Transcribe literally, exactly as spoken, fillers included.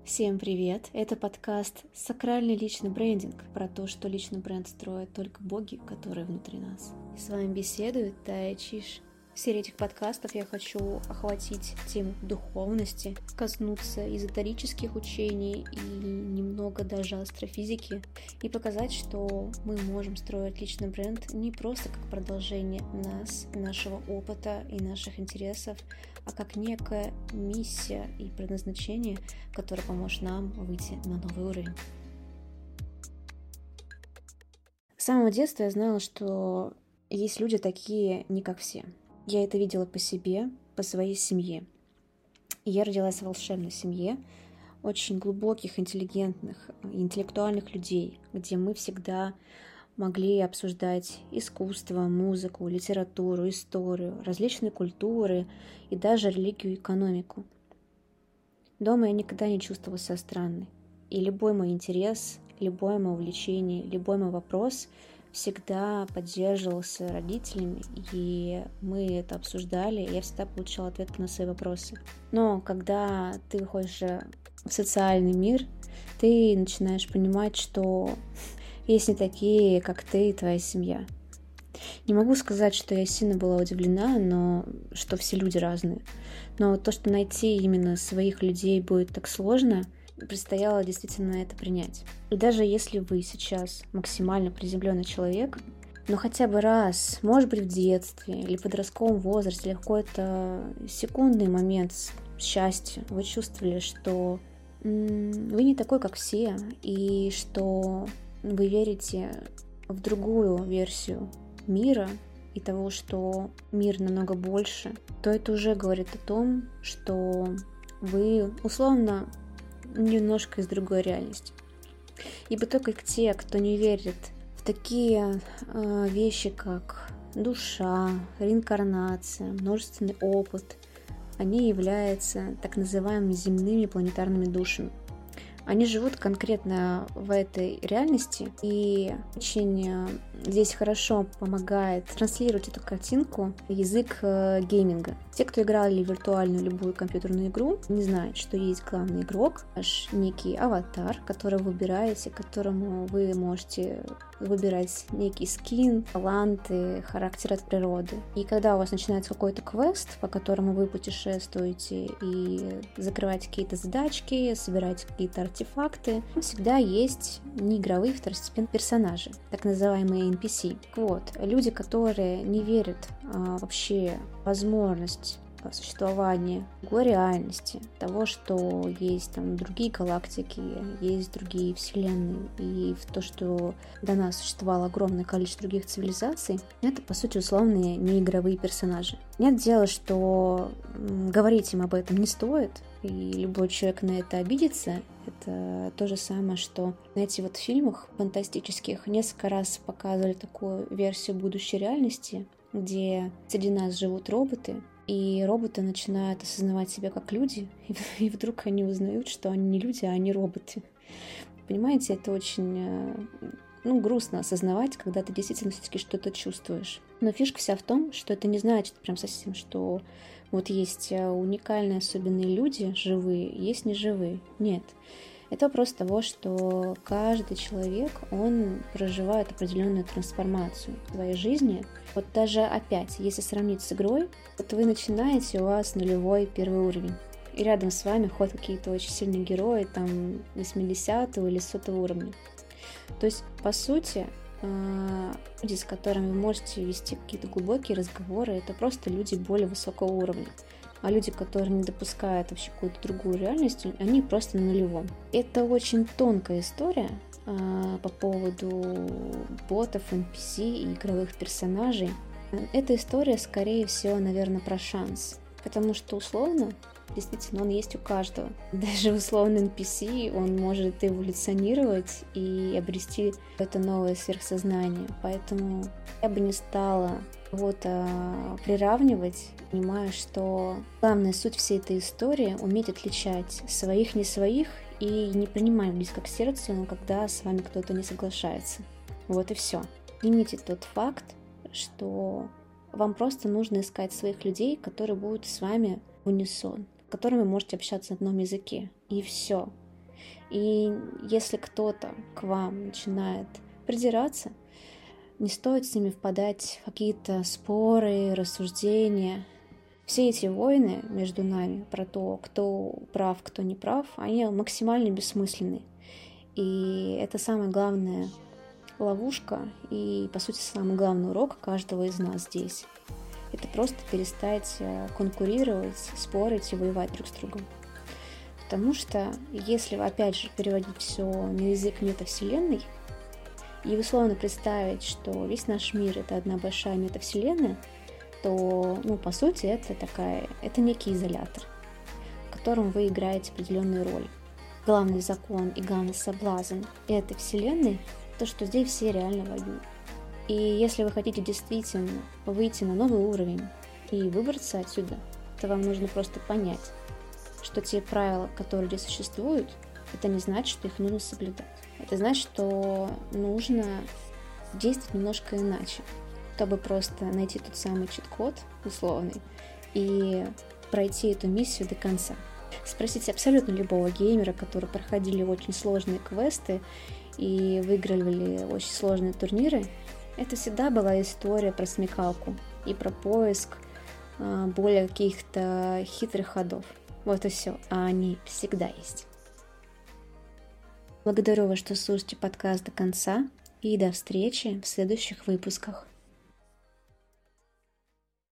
Всем привет! Это подкаст «Сакральный личный брендинг» про то, что личный бренд строят только боги, которые внутри нас. И с вами беседует Тая Чиш. В серии этих подкастов я хочу охватить тему духовности, коснуться эзотерических учений и немного даже астрофизики, и показать, что мы можем строить личный бренд не просто как продолжение нас, нашего опыта и наших интересов, а как некая миссия и предназначение, которое поможет нам выйти на новый уровень. С самого детства я знала, что есть люди такие не как все. Я это видела по себе, по своей семье. И я родилась в волшебной семье очень глубоких, интеллигентных, интеллектуальных людей, где мы всегда могли обсуждать искусство, музыку, литературу, историю, различные культуры и даже религию и экономику. Дома я никогда не чувствовала себя странной. И любой мой интерес, любое мое увлечение, любой мой вопрос всегда поддерживался родителями, и мы это обсуждали, и я всегда получала ответ на свои вопросы. Но когда ты выходишь в социальный мир, ты начинаешь понимать, что есть не такие, как ты и твоя семья. Не могу сказать, что я сильно была удивлена, но что все люди разные. Но то, что найти именно своих людей будет так сложно, предстояло действительно это принять. И даже если вы сейчас максимально приземленный человек, но хотя бы раз, может быть в детстве или в подростковом возрасте, или какой-то секундный момент счастья, вы чувствовали, что м- вы не такой, как все, и что вы верите в другую версию мира и того, что мир намного больше, то это уже говорит о том, что вы условно немножко из другой реальности. Ибо только те, кто не верит в такие э, вещи, как душа, реинкарнация, множественный опыт, они являются так называемыми земными планетарными душами. Они живут конкретно в этой реальности, и очень здесь хорошо помогает транслировать эту картинку язык гейминга. Те, кто играли в виртуальную любую компьютерную игру, не знают, что есть главный игрок, ваш некий аватар, который вы выбираете, которому вы можете выбирать некий скин, таланты, характер от природы. И когда у вас начинается какой-то квест, по которому вы путешествуете и закрываете какие-то задачки, собираете какие-то артефакты, всегда есть неигровые второстепенные персонажи, так называемые эн пи си. Вот, люди, которые не верят а, вообще в возможность существования другой реальности, того, что есть там другие галактики, есть другие вселенные, и в то, что до нас существовало огромное количество других цивилизаций, это, по сути, условные неигровые персонажи. Нет дела, что говорить им об этом не стоит, и любой человек на это обидится. Это то же самое, что, знаете, вот в фильмах фантастических несколько раз показывали такую версию будущей реальности, где среди нас живут роботы, и роботы начинают осознавать себя как люди, и вдруг они узнают, что они не люди, а они роботы. Понимаете, это очень ну, грустно осознавать, когда ты действительно все-таки что-то чувствуешь. Но фишка вся в том, что это не значит прям совсем, что вот есть уникальные особенные люди, живые, есть неживые. Нет. Это вопрос того, что каждый человек, он проживает определенную трансформацию в своей жизни. Вот даже опять, если сравнить с игрой, вот вы начинаете, у вас нулевой первый уровень. И рядом с вами ходят какие-то очень сильные герои, там, восьмидесятого или сотого уровня. То есть, по сути, люди, с которыми вы можете вести какие-то глубокие разговоры, это просто люди более высокого уровня. А люди, которые не допускают вообще какую-то другую реальность, они просто на нулевом. Это очень тонкая история а, по поводу ботов, эн пи си и игровых персонажей. Эта история, скорее всего, наверное, про шанс. Потому что условно, действительно, он есть у каждого. Даже условно эн пи си, он может эволюционировать и обрести это новое сверхсознание. Поэтому я бы не стала кого-то приравнивать, понимая, что главная суть всей этой истории — уметь отличать своих не своих и не принимать близко к сердцу, когда с вами кто-то не соглашается. Вот и все. Примите тот факт, что вам просто нужно искать своих людей, которые будут с вами в унисон, с которыми вы можете общаться на одном языке. И все. И если кто-то к вам начинает придираться, не стоит с ними впадать в какие-то споры, рассуждения. Все эти войны между нами про то, кто прав, кто не прав, они максимально бессмысленны. И это самая главная ловушка и, по сути, самый главный урок каждого из нас здесь. Это просто перестать конкурировать, спорить и воевать друг с другом. Потому что, если, опять же, переводить все на язык метавселенной, и условно представить, что весь наш мир — это одна большая метавселенная, то, ну, по сути, это такая, это некий изолятор, в котором вы играете определенную роль. Главный закон и главный соблазн этой вселенной — то, что здесь все реально воюют. И если вы хотите действительно выйти на новый уровень и выбраться отсюда, то вам нужно просто понять, что те правила, которые здесь существуют, это не значит, что их нужно соблюдать. Это значит, что нужно действовать немножко иначе, чтобы просто найти тот самый чит-код условный и пройти эту миссию до конца. Спросите абсолютно любого геймера, которые проходили очень сложные квесты и выигрывали очень сложные турниры. Это всегда была история про смекалку и про поиск э, более каких-то хитрых ходов. Вот и все. А они всегда есть. Благодарю вас, что слушаете подкаст до конца. И до встречи в следующих выпусках.